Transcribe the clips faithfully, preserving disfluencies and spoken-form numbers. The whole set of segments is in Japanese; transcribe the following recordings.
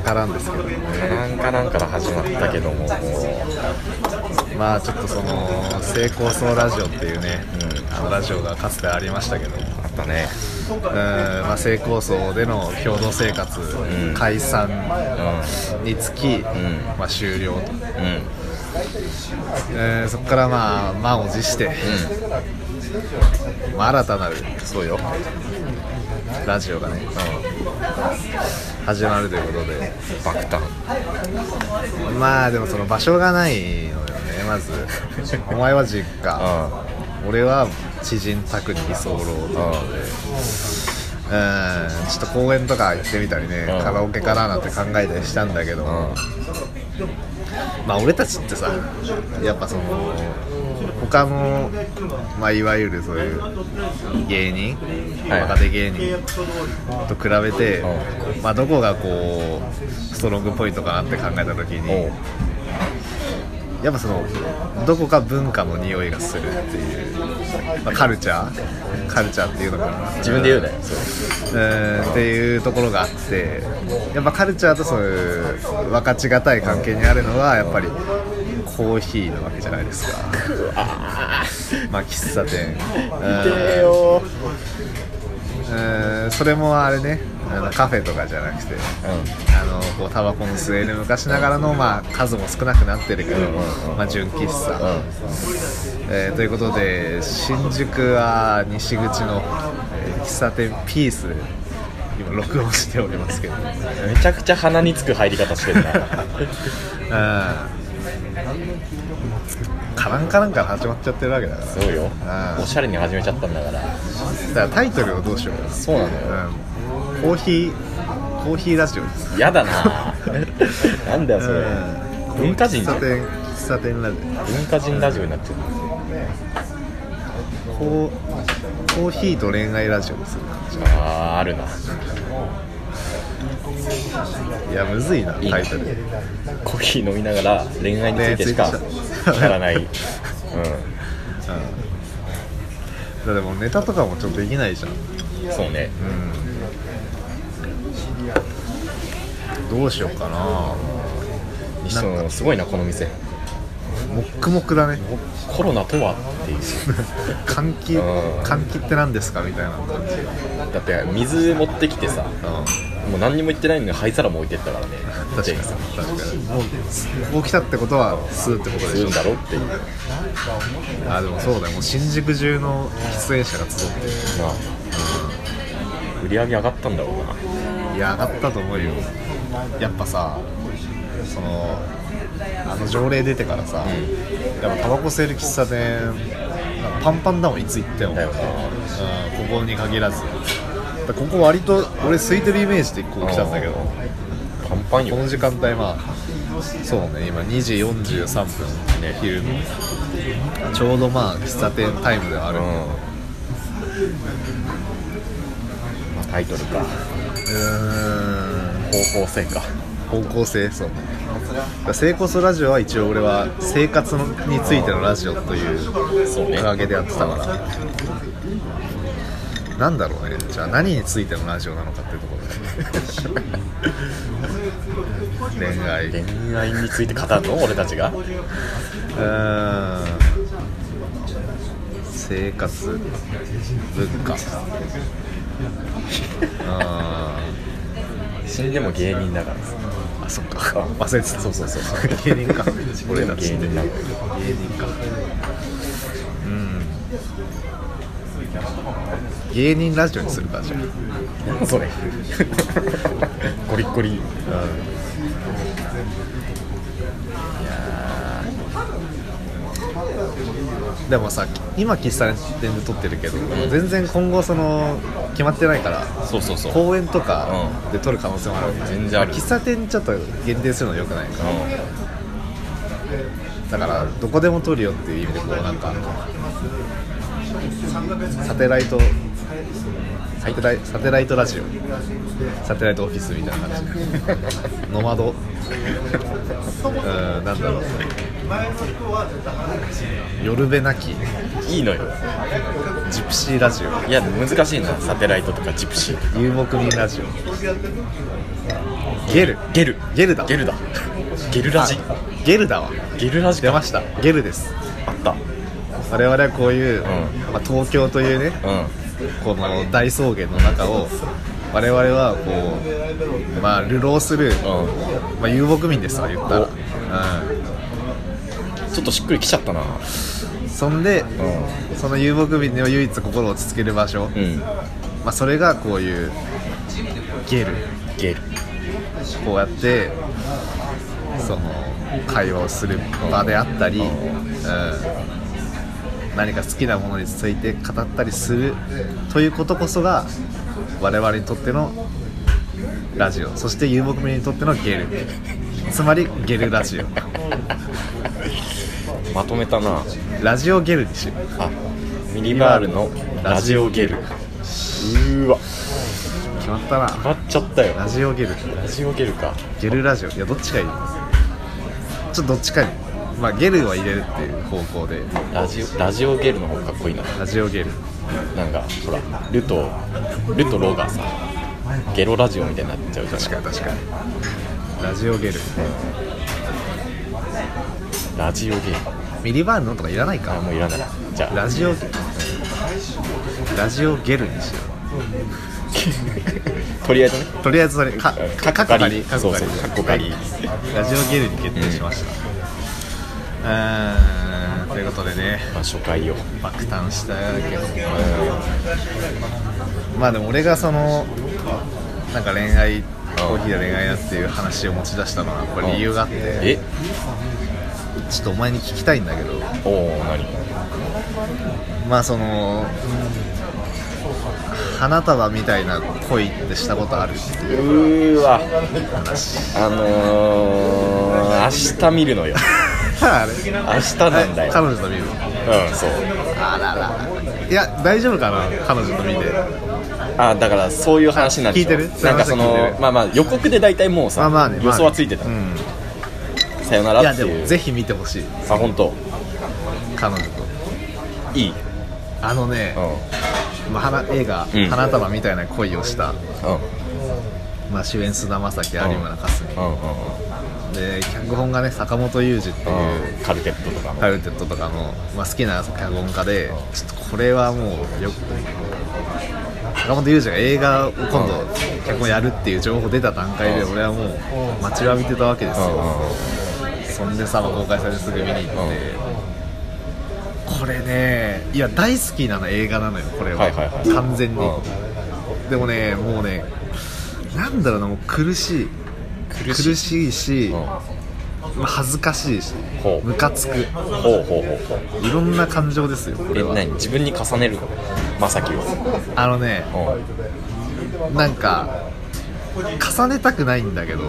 からんですけど、ね、 カランカランから始まったけども、 まあちょっとその成功層ラジオっていうね、うん、あのラジオがかつてありましたけど、 あったね。 うん、まあ、成功層での共同生活、うん、解散につき、うんまあ、終了と、うんえー、そこからまあ満を持して、うんまあ、新たなるそうよラジオがね、うん、始まるということで爆誕。 まあでもその場所がないのよね。まずお前は実家、うん、俺は知人宅に居候ということで、うん、ちょっと公園とか行ってみたりね、うん、カラオケかななんて考えたりしたんだけど、うん、まあ俺たちってさ、やっぱその他の、まあ、いわゆるそういう芸人、はい、若手芸人と比べて、うんまあ、どこがこうストロングポイントかなって考えたときに、やっぱそのどこか文化の匂いがするっていう、まあ、カルチャーカルチャーっていうのかな、 自分で言うなよ、 そう、うん、っていうところがあって、やっぱカルチャーとそういう分かちがたい関係にあるのはやっぱりコーヒーなわけじゃないですか。まあ喫茶店、 痛えよ。 うん、それもあれね、あのカフェとかじゃなくて、うん、あのこうタバコの吸える昔ながらの、まあ、数も少なくなってるけど、うんまあ、純喫茶、うんえー、ということで新宿は西口の、えー、喫茶店ピース今録音しておりますけど、 めちゃくちゃ鼻につく入り方してるな。 うんカランカランから始まっちゃってるわけだから。 そうよ、うん、おしゃれに始めちゃったんだから。だからタイトルをどうしようか。 そうなのよ、 うん、コーヒーコーヒーラジオです。 やだな。なんだよそれ、うん、文化人じゃん。 喫茶店喫茶店ラジオ、 文化人ラジオになっちゃう、 うん、コ, コーヒーと恋愛ラジオです。 あーあるな。 いやむずいな、 いいなタイトル。 コーヒー飲みながら恋愛についてしかやらない、うんうん、 だでもネタとかもちょっとできないじゃん。 そうね、 うん、どうしようかな。 西野のすごいなこの店。 もっくもくだね。 コロナとはっていう換気換気って何ですかみたいな感じ。 だって水持ってきてさ、うん、もう何にも言ってないのに灰皿も置いてったからね。 確かに確かにもうこう来たってことは吸うってことでしょ。 吸うんだろっていう。 あでもそうだよ、もう新宿中の喫煙者が集ってるな、 うん、売り上げ上がったんだろうな。 いや上がったと思うよ。やっぱさそのあの条例出てからさ、うん、やっぱタバコ吸える喫茶店パンパンだもん、いつ行っても、だよね、うん、ここに限らず。ここ割と俺空いてるイメージでこう来たんだけど、 パンパンよこの時間帯。まあそうね、今にじよんじゅうさんぷんね、昼のちょうどまあ喫茶店タイムではある、うんまあ、タイトルか、うーん方向性か、 方向性。そうね、成功するラジオは一応俺は生活についてのラジオという掲げでやってたから、なんだろうね、じゃあ何についてのラジオなのかっていうところで恋愛恋愛について語るの俺たちが。うーん生活文化あ死んでも芸人だからさ。 あ、そっか忘れてた。そうそうそう芸人か俺たち芸人だ芸人かうん芸人ラジオにするかじゃあそれゴリッゴリ、うん、いやでもさ今喫茶店で撮ってるけど、うん、全然今後その決まってないから、 そうそうそう公園とかで撮る可能性もあるわけ、うん、 全然ある。 喫茶店ちょっと限定するのよくないから、うん、だからどこでも撮るよっていう意味でこうなんかサテライトサテライ、サテライトラジオサテライトオフィスみたいな感じノマドうんなんだろう夜べなきいいのよジプシーラジオ。 いや難しいな、サテライトとかジプシー遊牧民ラジオゲルゲルゲルだゲルだゲルラジあゲルだわゲルラジか出ましたゲルです。 あった我々はこういう、 んまあ、東京というねうんこの大草原の中を我々はこう、まあ、流浪する、 うんまあ、遊牧民ですわ言ったら、うちょっとしっくりきちゃったな。 ん、そんでうその遊牧民の唯一心を落ち着ける場所、 んうんまあ、それがこういうゲルゲルこうやってその会話をする場であったり、うん、何か好きなものについて語ったりするということこそが我々にとってのラジオ、そして遊牧民にとってのゲル、つまりゲルラジオまとめたな。 ラジオゲルにしよう。 あミニバールのラジオゲル。うーわ決まったな。 決まっちゃったよ。 ラジオゲルラジオゲルかゲルラジオ、いやどっちがいい？ちょっとどっちかに、まあゲルは入れるっていう方向でラジオラジオゲルの方がかっこいいな。 ラジオゲル、 なんかほらルとルとロがさゲロラジオみたいになっちゃうじゃん。 確かに確かにラジオゲル、 ラジオゲルミリバーンのとかいらないか。 あもういらない。じゃあラジオラジオゲルにしよとりあえずねう。とりあえずそれかかかっこ仮かっこ仮そうそうかっこ仮ラジオゲルに決定しました、うん、うーんということでね、 まあ初回を爆誕したけど、まあでも俺がそのなんか恋愛コーヒーで恋愛だっていう話を持ち出したのはこれ理由があって、 えちょっとお前に聞きたいんだけど、 おお何まあその花束みたいな恋ってしたことあるっていううーわ話。 あのー、明日見るのよあれ明日なんだよ。 彼女と見る。 うんそうあらら。いや大丈夫かな彼女と見て。 あだからそういう話になるでしょ。 聞いてるなんかそのまあまあ予告で大体もうさ、 まあまあね、 予想はついてた、 まあね、 さよなうん、いらっていう。 やでもぜひ見てほしい。 あ本当彼女といいあのね、 うんまあ、花映画、 うん花束みたいな恋をした、 うんまあ、主演菅田将暉、有村架純、 うんうんで脚本がね坂本雄二っていう、 うんカルテットとかのカルテットとかの、まあ、好きな脚本家で、ちょっとこれはもうよく坂本雄二が映画を今度脚本やるっていう情報出た段階で俺はもう待ちわびてたわけですよ。そんでさ公開されてすぐ見に行って、これねいや大好きなの映画なのよこれは、 はいはいはい完全に、でもねもうねなんだろうなもう苦しい苦しい苦しいし、 うんまあ恥ずかしいしほうムカつくほうほうほういろんな感情ですよこれえは。 何自分に重ねるのまさきをあのねうんなんか重ねたくないんだけどうん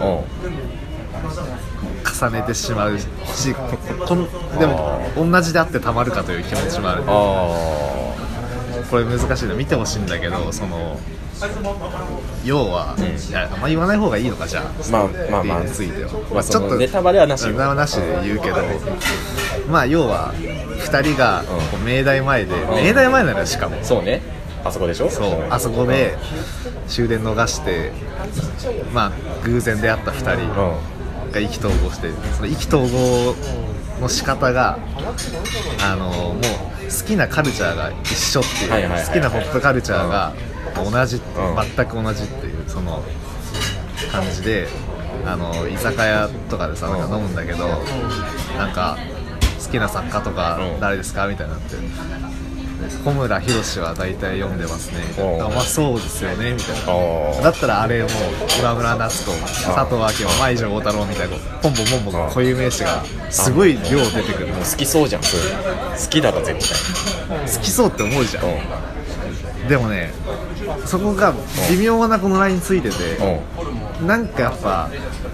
重ねてしまうしこんでも同じであってたまるかという気持ちもある。 あこれ難しいの見てほしいんだけど、その要は、 うんいやあんま言わない方がいいのかじゃあ、 まあまあまあについては、 まあそのネタバレはなしよネタバレはなしで言うけど、まあ要はふたりがこう明大前で、 ん明大前なのよしかも、 そうねあそこでしょ。 そうあそこで終電逃して、まあ偶然出会ったふたりうんが意気投合して、その意気投合の仕方があのもう好きなカルチャーが一緒っていう、 はいはいはい好きなポップカルチャーが同じ、 ん全く同じっていうその感じで、あの居酒屋とかでさなんか飲むんだけど、なんか好きな作家とかうん誰ですかみたいになって、小村博は大体読んでますね、 うんあまあそうですよねみたいな、 あーだったらあれもう今村夏子、佐藤明も舞城大太郎みたいなポンポンポンポン固有名詞がすごい量出てくるの。 もう好きそうじゃんそういうの好きだろ絶対好きそうって思うじゃん、 うでもねそこが微妙なこのラインついてて、 んうんなんかやっぱ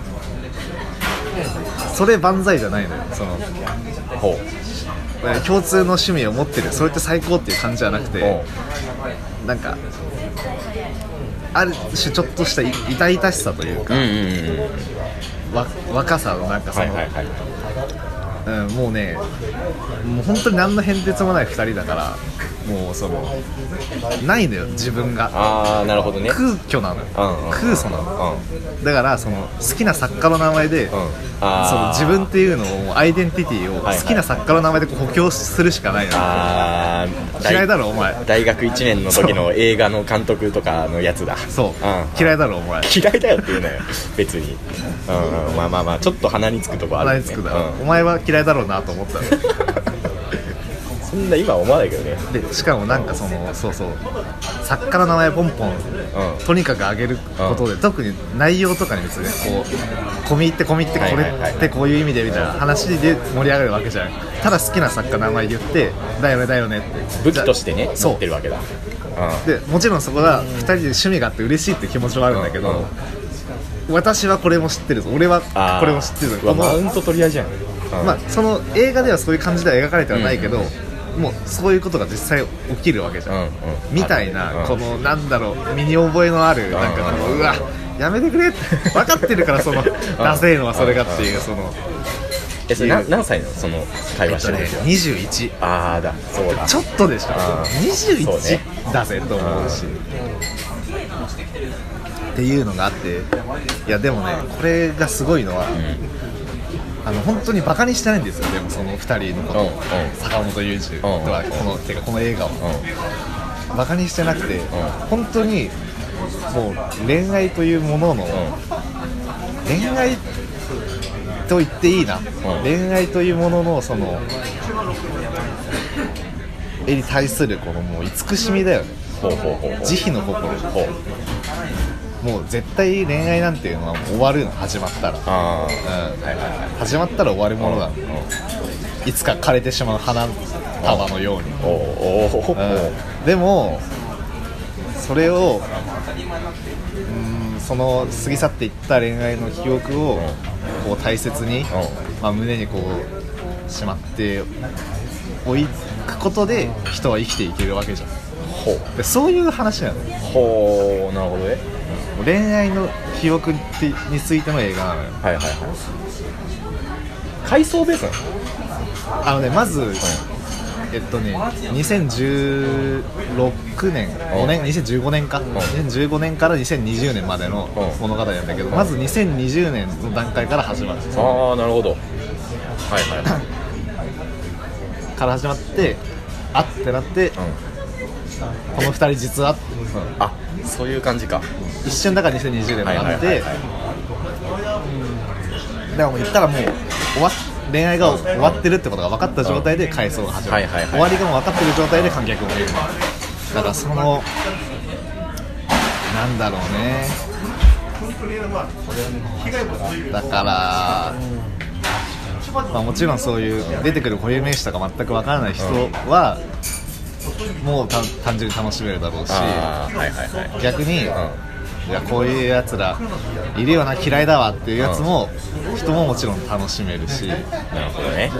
それ万歳じゃないのよ。そのほう共通の趣味を持ってるそれって最高っていう感じじゃなくて、なんかある種ちょっとした痛々しさというか、 うんうんうんわ若さのなんかその、 はいはいはいうん、もうねもう本当に何の変哲もないふたりだから、 もうそのないのよ自分が。 ああなるほどね。 空虚なのよ、 うんうん、 空想なの、うん、だからその好きな作家の名前で、うん、 あその自分っていうのをアイデンティティを好きな作家の名前でこう補強するしかないのよ。 あ嫌いだろお前。 大学いちねんの時の映画の監督とかのやつだ。 そう、うん、嫌いだろお前。 嫌いだよって言うなよ別に、うんうん、まあまあまあちょっと鼻につくとこあるよね。 鼻につくだろ、うん、お前は嫌いだろうなと思ったのそんな今は思わないけどね。 でしかもなんかそのそうそう作家の名前ポンポン、うん、とにかく上げることで、うん、特に内容とかに別にこう込み入って込み入ってこれってこういう意味でみたいな話で盛り上がるわけじゃん。ただ好きな作家の名前言ってだよねだよねって武器としてね持ってるわけだ、 うん、でもちろんそこはふたりで趣味があって嬉しいって気持ちはあるんだけど、うんうん、私はこれも知ってるぞ俺はこれも知ってるぞ。このマウント取り合いじゃん、うん、 まあ、その映画ではそういう感じでは描かれてはないけど、うんうん、もうそういうことが実際起きるわけじゃん、うんうん、みたいな、うん、このなんだろう身に覚えのあるなんかこのうわやめてくれって分かってるからそのダセーのはそれがっていうそのえそれ何歳のその会話してるんですよ、 えっとね、にじゅういち。 ああだそうだちょっとでしょにじゅういち、ね、だぜと思うしっていうのがあって、いやでもねこれがすごいのは、うん、あの本当にバカにしてないんですよ。でもそのふたりのことを、うん、坂本龍二とはこの、うん、てかこの映画を、うん、バカにしてなくて、うん、本当にもう恋愛というものの、うん、恋愛と言っていいな、うん、恋愛というもののその絵に対するこのもう慈しみだよね。 ほうほうほうほう慈悲の心。ほうもう絶対恋愛なんていうのは終わるの始まったら、あ、うんはいはいはい、始まったら終わるものだ、うん、いつか枯れてしまう花束のように、うん、でもそれをうんその過ぎ去っていった恋愛の記憶をこう大切に、まあ、胸にこうしまっておくことで人は生きていけるわけじゃん。ほうでそういう話なの。 ほうなるほどね。 恋愛の記憶についての映画なのよ。はいはいはい。 回想ベースなの。 あのねまず、うん、えっとねにせんじゅうろくねんごねんにせんじゅうごねんか、うん、にせんじゅうごねんからにせんにじゅうねんまでの物語なんだけど、うん、まずにせんにじゅうねんの段階から始まる。 ああなるほど。はいはいから始まってあってなって、うん、このふたり実は、うん、 あそういう感じか。 一瞬だからにせんにじゅうねんもあって、でも言ったらもう終わ恋愛が終わってるってことが分かった状態で回想が始まる、終わりがもう分かってる状態で観客も見る。だからそのなんだろうね、だからまあ、もちろんそういう出てくる固有名詞とか全く分からない人は、うん、もう単純に楽しめるだろうし、はいはいはい、逆に、うん、いやこういうやつらいるよな嫌いだわっていうやつも、うん、人ももちろん楽しめるし、なるほどね。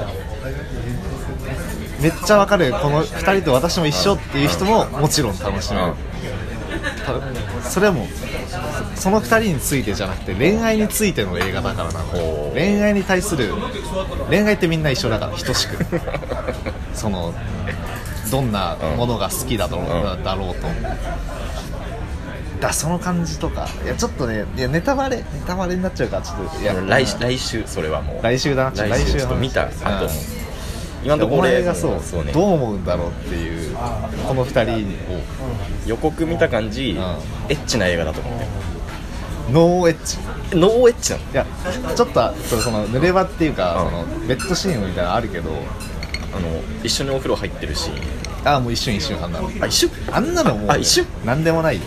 めっちゃ分かるこのふたりと私も一緒っていう人ももちろん楽しめる、うん、それはもうそのふたりについてじゃなくて恋愛についての映画だからなの。恋愛に対する恋愛ってみんな一緒だから等しくそのどんなものが好きだろう、うん、だろうとだその感じとかいやちょっとねいやネタバレネタバレになっちゃうからちょっといや 来, 来週それはもう来週だな来週ちょっと見た後も、うん、今のところ俺がそう、そうね、どう思うんだろうっていうこのふたりを予告見た感じ、うん、エッチな映画だと思ってる。 ノーエッチノーエッチなの。 いやちょっとその濡れ場っていうか、うん、そのベッドシーンみたいなのあるけどあの一緒にお風呂入ってるシーンああもう一瞬一瞬あんなのあ一瞬あんなのもう、ね、 あ一瞬なんでもないよ。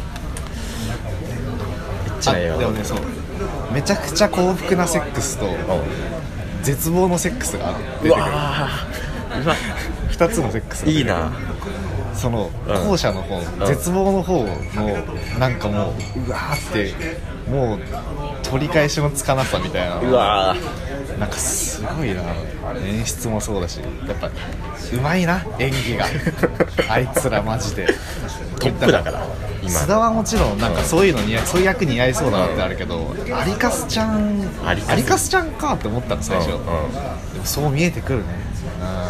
エッチな映画でもねそうめちゃくちゃ幸福なセックスと、うん、絶望のセックスが出てくる。うわうわふたつのセックスが出てくる。いいな。その後者の方、うん、絶望の方のなんかもううわーってもう取り返しのつかなさみたいな。うわーなんかすごいな。演出もそうだしやっぱうまいな演技があいつらマジでトップだから今須田はもちろんなんかそういうの似合い、うん、そういう役似合いそうだなってあるけど、うん、アリカスちゃんアリカスちゃんかって思ったの最初、うんうん、でもそう見えてくるね、うん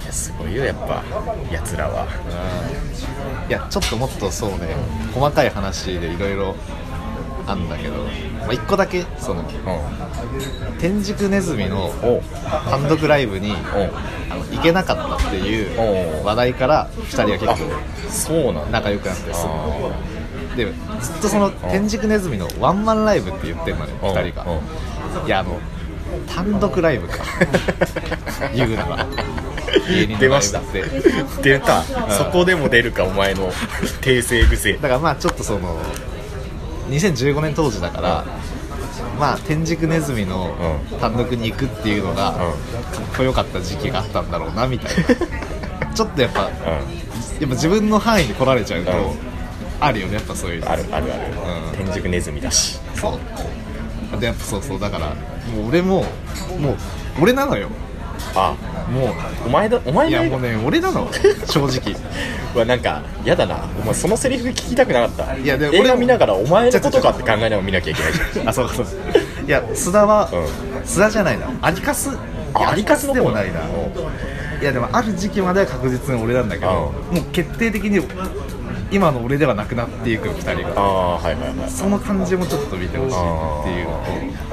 やすごいよやっぱやつらは。 いやちょっともっとそうね、細かい話でいろいろあんだけど、まあ、いっこだけその、うん、天竺ネズミの単独ライブにあの行けなかったっていう話題からふたりが結構そうなん仲良くなってすぐでずっとその天竺ネズミのワンマンライブって言ってるのねふたりが。いやあの単独ライブか言うなら芸人のライブって出た、うん、そこでも出るかお前の訂正癖だからまあちょっとそのにせんじゅうごねん当時だから、うん、まあ天竺ネズミの単独に行くっていうのがかっこよかった時期があったんだろうなみたいなちょっとやっぱ、うん、やっぱ自分の範囲に来られちゃうと、うん、あるよねやっぱそういうのあるあるある、うん、天竺ネズミだしそうでやっぱそうそうだからもう俺ももう俺なのよ。 あもうお前だお前だいやもうね俺なの正直うわなんかやだなお前そのセリフ聞きたくなかった。 いやで映画見ながらお前のことかって考えながら見なきゃいけないじゃんあそうかそういや須田は、うん、須田じゃないなアリカスアリカスでもないな。いやでもある時期までは確実に俺なんだけど、うん、もう決定的に今の俺ではなくなっていくふたりが。 あ、はいはいはい、 その感じもちょっと見てほしいっていうのと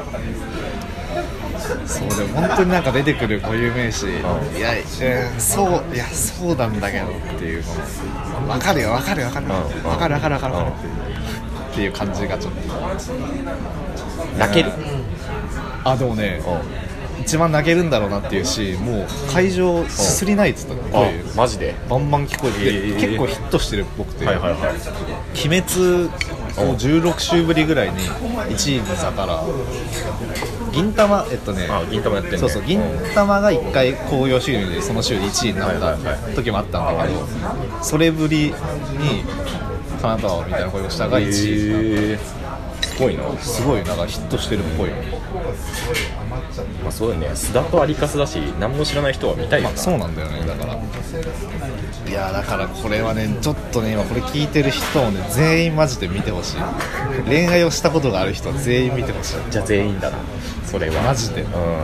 そうでも本当になんか出てくる固有名詞、うん、いや、えー、そういやそうなんだけどっていうの分かるよ分かるよ分かるよ分かる分かる分かる分かるっていう感じがちょっと泣ける。 あでもね一番泣けるんだろうなっていうシーンもう会場すすりないっつったの声マジでバンバン聞こえて、えー、結構ヒットしてるっぽくて、 はいはいはい、 鬼滅をじゅうろくしゅうぶりぐらいにいちいにさから銀玉えっとねあ銀玉やってんねそうそう銀玉がいっかい興行収入でその週でいちいになった時もあったんだけど、それぶりに金沢みたいな声をしたがいちいになった、えー、 すごいなすごいなんかヒットしてるっぽい。 まあそうだね須田とアリカスだし何も知らない人は見たいよな、 まあ、そうなんだよねだからいやだからこれはねちょっとね今これ聞いてる人もね全員マジで見てほしい恋愛をしたことがある人は全員見てほしい。 じゃあ全員だなそれはマジで、うん、本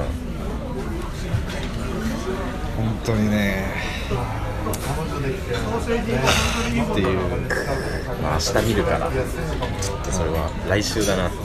当にねっていうまあ明日見るからちょっとそれは来週だなね。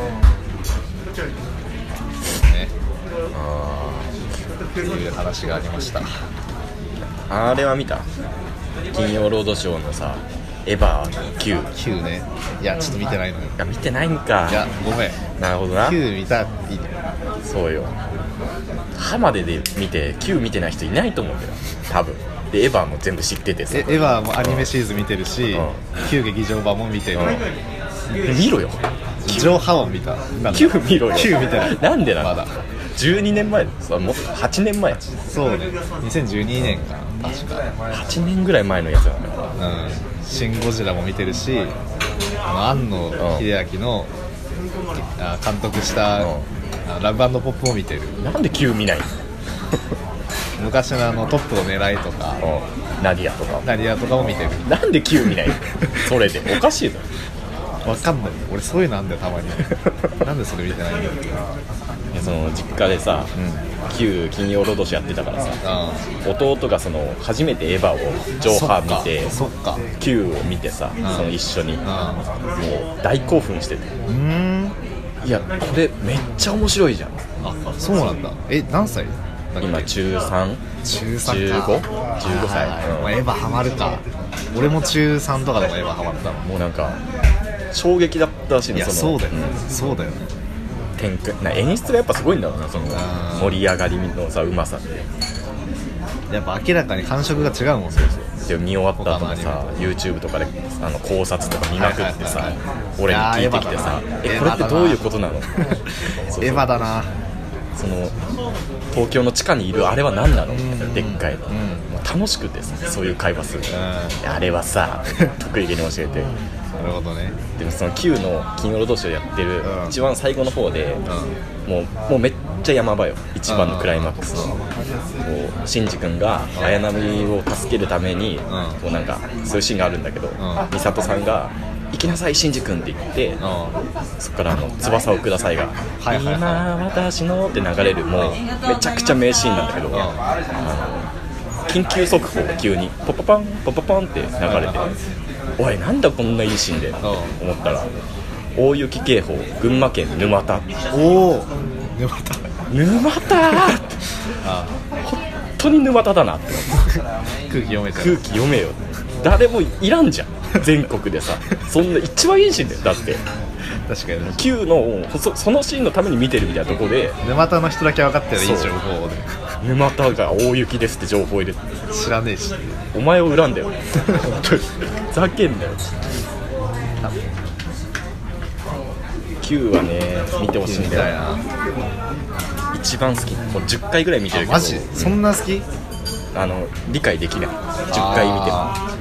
あっていう話がありました。 あれは見た金曜ロードショーのさエヴァきゅう。 きゅうね。いやちょっと見てないのよ。 いや見てないんか。 いやごめん。 なるほどな。 きゅう見たいいそうよ。歯までで見てきゅう見てない人いないと思うんだよ多分。でエヴァも全部知っててさ。 エヴァもアニメシリーズ見てるし、きゅう劇場版も見てる。 うん、見ろよ。 上波を見た。 きゅう見ろよ。 きゅう見てない。 なんでなの。 まだ。 じゅうにねんまえさもっとはちねんまえ。 そうね。にせんじゅうにねんかな確か。 はちねんぐらい前のやつなんだよ。 うん。シン・ゴジラも見てるし、あの庵野秀明の監督したラブ&ポップも見てる。 なんできゅう見ない昔のあのトップの狙いとかナディアとかナディアとかも見てる。 なんできゅう見ないそれでおかしいぞ。 わかんない俺そういうのあんだよたまになんでそれ見てないんだよ。 いやその実家でさ、うん、旧金曜ロードショーやってたからさ、うん、弟がその初めてエヴァを上波見てそっか旧を見てさ、うん、その一緒に、うん、もう大興奮してて、 うん、 いやこれめっちゃ面白いじゃん。 あそうなんだ。え何歳今中さん中さんかじゅうご じゅうごさい、 はいはい、うん、エヴァハマるか。俺も中さんとかでもエヴァハマったの。 もうなんか衝撃だったらしいの。 いやそのそうだよね、うん、そうだよね。 展開な演出がやっぱすごいんだろうなその盛り上がりのさうまさってやっぱ明らかに感触が違うもん。 そうそうで見終わった後もさ YouTube とかであの考察とか見まくってさ、はいはいはいはい、俺に聞いてきてさえこれってどういうことなのそうそうエヴァだな。 その東京の地下にいるあれは何なの、うん、でっかいの、うん、楽しくてさそういう会話する、うん、あれはさ得意げに教えてなるほどね。 でもその Q の金曜ロードショーやってる、うん、一番最後の方で、うん、もう、もうめっちゃ山場よ一番のクライマックスの、うん、こうシンジ君が綾波を助けるために、うん、こうなんかそういうシーンがあるんだけど、うん、美里さんが行きなさいシンジ君って言って、うん、そこからあの翼をくださいが、はいはいはい、今私のって流れるもうめちゃくちゃ名シーンなんだけど、うん、あの緊急速報が急にポパパンポパパンって流れて、おいなんだこんないいシーンで思ったら、大雪警報群馬県沼田。 おお沼田沼田あ本当に沼田だなって空気読めちゃう。 空気読めよ。誰もいらんじゃん全国でさ。そんな一番いいシーンだよ。だって確かに Q の そ, そのシーンのために見てるみたいなとこで、 沼田の人だけ分かってるいい情報で沼田が大雪ですって情報入れて、 知らねえしお前を恨んだよ本当にふざけんなよ。 Q はね見てほしいんだよな。一番好き。もうじゅっかいぐらい見てるけど。 マジそんな好き？ あの理解できない。じゅっかい見ても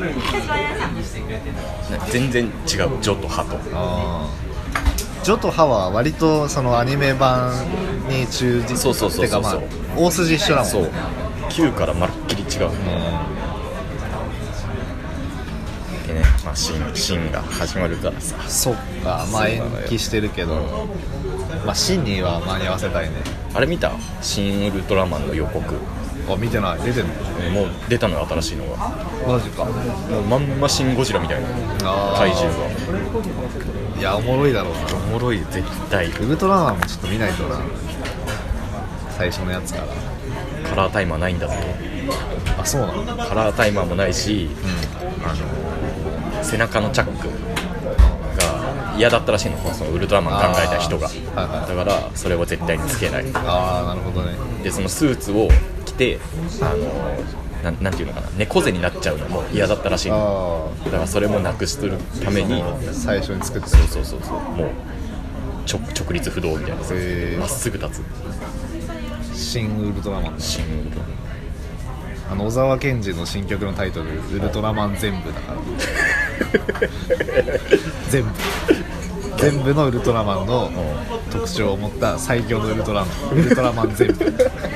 全然違う。ジョとハと。 あジョとハは割とそのアニメ版に忠実。 そうそうそうそうそう、 てかまあ大筋一緒だもん。 そう Q からまるっきり違う、うん、でね、まあ、シン、シンが始まるからさ。 そっか、まあ延期してるけど、まあシンには間に合わせたいね。 あれ見た？シン・ウルトラマンの予告。 あ、見てない。出てんの？ もう出たのよ新しいのが。 マジか。 もうまんまシン・ゴジラみたいな怪獣が。 いやおもろいだろうな。 おもろい絶対。 ウルトラマンもちょっと見ないとな。最初のやつから。 カラータイマーないんだって。 あ、そうなの？ カラータイマーもないし、うん、あの背中のチャックが嫌だったらしいの、そのウルトラマン考えた人が、はいはい、だからそれは絶対につけない。 ああ、なるほどね。 でそのスーツを着て、あのな, なんていうのかな、猫背になっちゃうのも嫌だったらしいの。だからそれもなくするために最初に作ってた。 そうそうそうそう、もう直, 直立不動みたいな、まっすぐ立つ。 シン・ウルトラマン。 シン・ウルトラマン。 あの小沢健二の新曲のタイトル「ウルトラマン全部」だから全部全部のウルトラマンの特徴を持った最強のウルトラマン、ウルトラマン全部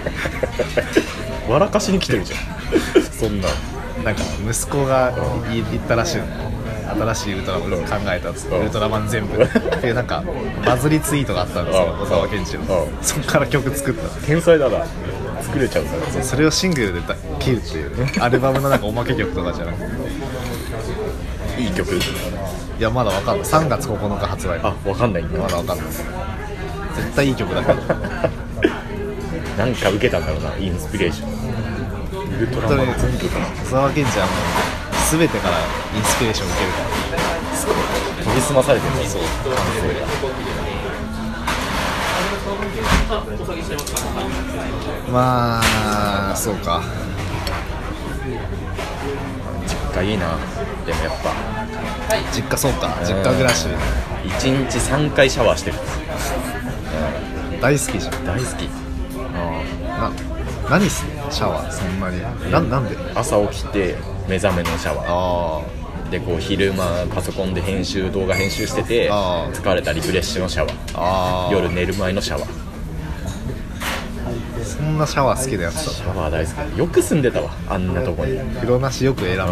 笑かしに来てるじゃんそんな。 なんか息子が言ったらしいの、新しいウルトラマン考えたっつって、ウルトラマン全部っていうなんかバズりツイートがあったんですよ、小沢健二の。そっから曲作った。 天才だな、作れちゃうから。 それをシングルで切るっていうね、アルバムのなんかおまけ曲とかじゃなくて。 いい曲？ いやまだわかんない。さんがつここのか発売。 あ、わかんないんだ。 まだわかんない。絶対いい曲だけどなんか受けたんだろうな、インスピレーション。ウルトラマン全部か。 小沢健二はもう全てからインスピレーション受けるから。 すごい研ぎ澄まされてるね。そう、完成が。 まあそうか。 実家いいな。でもやっぱ実家、そうか、実家暮らしいちにちさんかいシャワーしてる、 うん、大好きじゃん。 大好き。 な何すんのシャワーそんなに。な, なんで朝起きて目覚めのシャワー。 あでこう昼間パソコンで編集動画編集してて疲れたリフレッシュのシャワー。あ夜寝る前のシャワー。 そんなシャワー好きなやつだ。 シャワー大好き。よく住んでたわ、あんなとこに。 風呂なしよく選んだ、ね、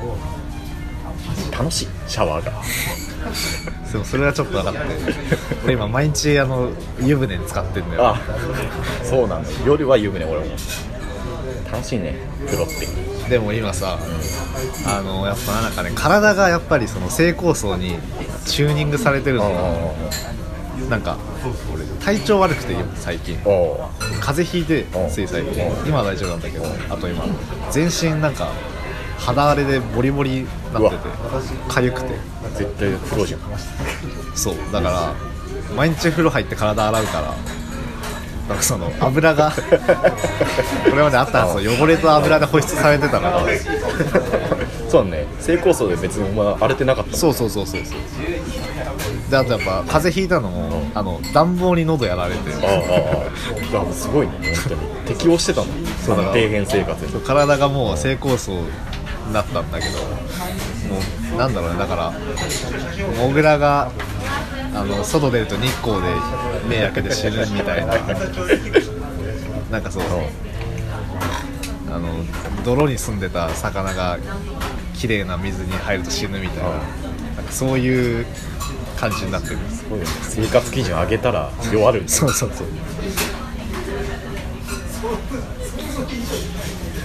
楽しいシャワーがでもそれはちょっと分かって俺今毎日あの湯船に使ってんだよ。 あそうなんだ。夜は湯船。俺も楽しいね風呂って。 でも今さ、うん、あのやっぱなんかね、体がやっぱりその性交渉にチューニングされてるのがなんか俺体調悪くて最近風邪ひいて、つい最近。今は大丈夫なんだけど、あと今全身なんか肌荒れでボリボリなってて痒くて。 絶対風呂じゃん。 そうだから毎日風呂入って体洗うから、なんかその油がこれまであったんですよ。汚れと油で保湿されてたからそうね、性交渉で別にお前荒れてなかったもん。 そうそうそうそうそう。であとやっぱ風邪ひいたのも、うん、あの暖房に喉やられて。ああああすごいね本当に適応してたの。その底辺生活で体がもう性交渉になったんだけど、もうなんだろうね、だからモグラがあの外出ると日光で目開けて死ぬみたいななんかそう、あの泥に住んでた魚が綺麗な水に入ると死ぬみたいな、なんかそういう感じになってる。 すごいね、生活基準上げたら弱る。 そうそうそう。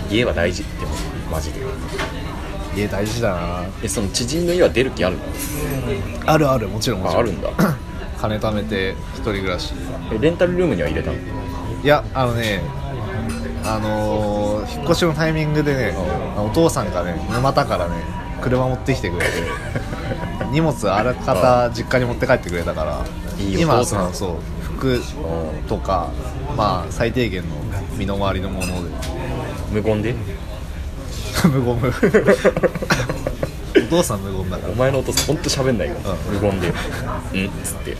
家は大事でもマジで。 家大事だな。 えその知人の家は出る気あるの？ あるある、もちろんもちろん。 あるんだ金貯めて一人暮らし。 えレンタルルームには入れたの？ いや、あのねあのー、引っ越しのタイミングでね、お父さんがね沼田からね車持ってきてくれて荷物あらかた実家に持って帰ってくれたから、 いいお今父さん。 そのそう服とかまあ最低限の身の回りのもので無言で無言無お父さん無言だから。 お前のお父さんほんと喋んないから、 うん無言でうんっつって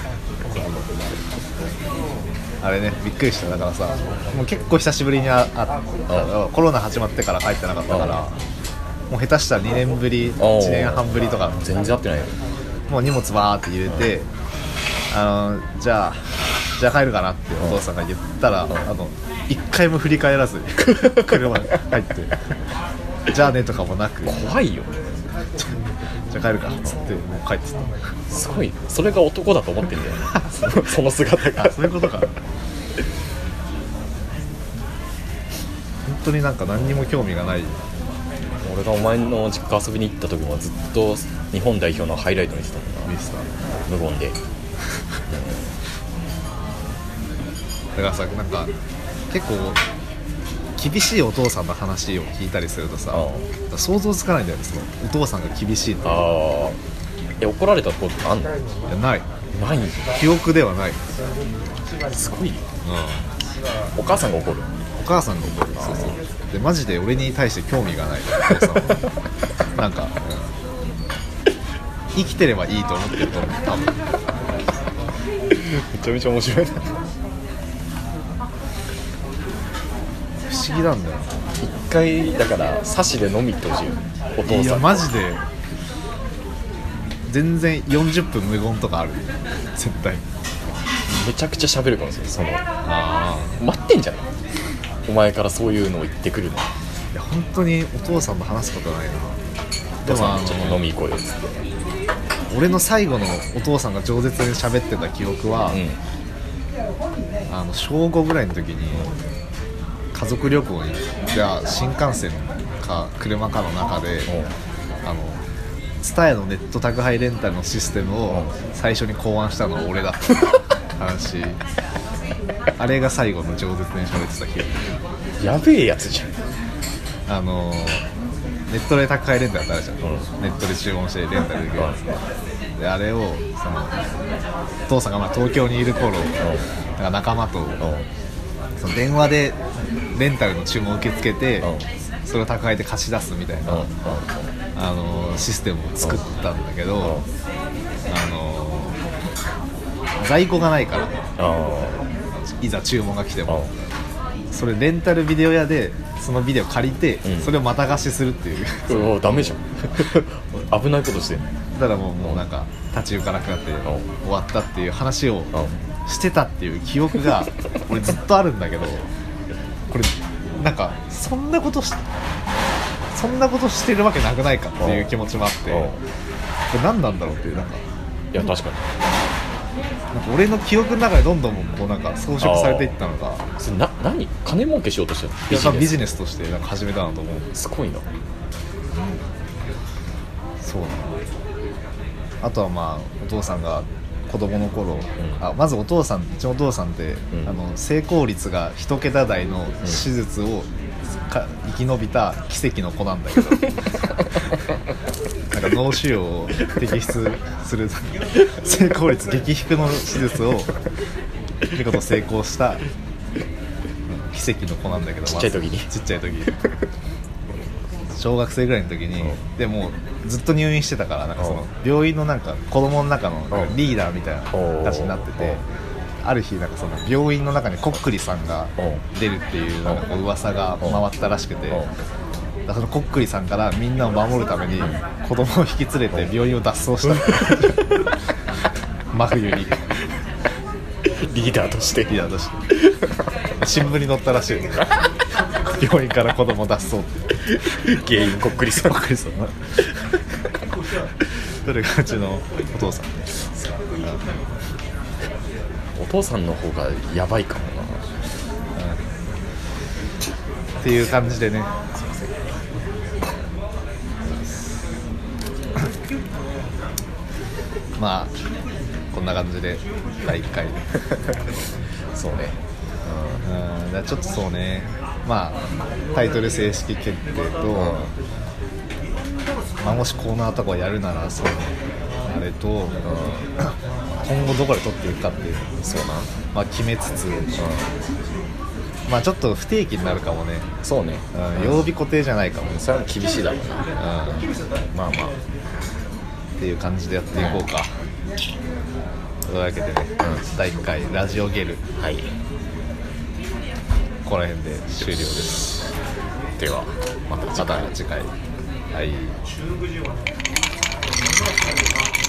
あれね、びっくりした。だからさ、もう結構久しぶりにああコロナ始まってから帰ってなかったから、もう下手したらにねんぶりいちねんはんぶりとか、 全然会ってないよ。 もう荷物バーって入れて、あのじゃあじゃあ帰るかなってお父さんが言ったら、あの一回も振り返らず車に入ってじゃあねとかもなく、 怖いよ。 じゃあ帰るかっつってもう帰ってた。 すごい、それが男だと思ってんだよねそのその姿が。 あ、そういうことか。本当になんか何にも興味がない。 俺がお前の実家遊びに行った時もずっと日本代表のハイライト見てたもんな、 ミスター無言で。 だからさ、なんか結構厳しいお父さんの話を聞いたりするとさ、想像つかないんだよね、そのお父さんが厳しいって。 ああ、え怒られたことあんの？ いや、ない。 ないんだ。 記憶ではない。 すごいよ。 うん、 お母さんが怒る。 お母さんが怒る。そうそう。でマジで俺に対して興味がないお父さんはなんか、うん、生きてればいいと思ってると思う、多分。 めちゃめちゃ面白いな。 不思議なんだよ。 一回だからサシで飲み行ってほしいよ、お父さん。 いやマジで全然よんじゅっぷん無言とかある絶対。 めちゃくちゃ喋るかもしれない。そのあ待ってんじゃない、お前からそういうのを言ってくるの。 いや本当にお父さんと話すことないな。 でもあのちょっと飲み行こうよっつって。 俺の最後のお父さんが饒舌に喋ってた記憶は、 うん、 あの小ごぐらいの時に家族旅行にじゃあ新幹線か車かの中で、あのTSUTAYAのネット宅配レンタルのシステムを最初に考案したのは俺だって話。あれが最後の饒舌に喋ってた記憶。 やべえやつじゃん。 あのネットで宅配レンタルってあるじゃん、うん、ネットで注文してレンタルできるやつ、うん、であれをそのお父さんがまあ東京にいる頃、うん、なんか仲間と、うん、その電話でレンタルの注文を受け付けて、うん、それを宅配で貸し出すみたいな、うん、あのシステムを作ったんだけど、うん、あの在庫がないから、うん、いざ注文が来ても、うん、それレンタルビデオ屋でそのビデオ借りて、うん、それをまた貸しするっていううダメじゃん危ないことしてる。 だからもう、もうなんか立ち行かなくなって終わったっていう話をしてたっていう記憶が俺ずっとあるんだけど、これなんかそんなことしそんなことしてるわけなくないかっていう気持ちもあって、これ何なんだろうっていう、なんかいや確かになんか俺の記憶の中でどんどんこうなんか装飾されていったのが、 それな何金儲けしようとしてるビジネスビジネスとしてなんか始めたなと思う。 すごいな、うん、 そうだな。あとはまあお父さんが子供の頃、うん、あまずお父さんうちのお父さんって、うん、あの成功率が一桁台の手術をか生き延びた奇跡の子なんだけどなんか脳腫瘍を摘出する成功率激低の手術を見事成功した奇跡の子なんだけど、 ちっちゃい時に、 ま、ちっちゃい時小学生ぐらいの時に、うん、でもずっと入院してたから、なんかその病院のなんか子供の中のリーダーみたいな感じになってて、ある日なんかその病院の中にこっくりさんが出るっていうなんかこう噂が回ったらしくて、だそのこっくりさんからみんなを守るために子供を引き連れて病院を脱走した真冬にリーダーとしてリーダーとして新聞に載ったらしい病院から子供脱走って原因こっくりさんこっくりさんそれがうちのお父さんです。 お父さんの方がやばいかもな、 うん、 っていう感じでね、まあこんな感じでだいいっかいそうね、 うん、だからちょっとそうね、まあタイトル正式決定と、まあ、もしコーナーとかをやるならそうねあれと、うん、今後どこで撮っていくかっていう、 そうな、 まあ、決めつつ、うん、まあちょっと不定期になるかもね、 そうね、 うん、曜日固定じゃないかもね、 それは厳しいだろうな、 うん、 まあまあっていう感じでやっていこうか、というわけでね、うん、だいいっかいラジオゲル、 はい、 ここら辺で終了です。 ではまた次回、 また次回、はい。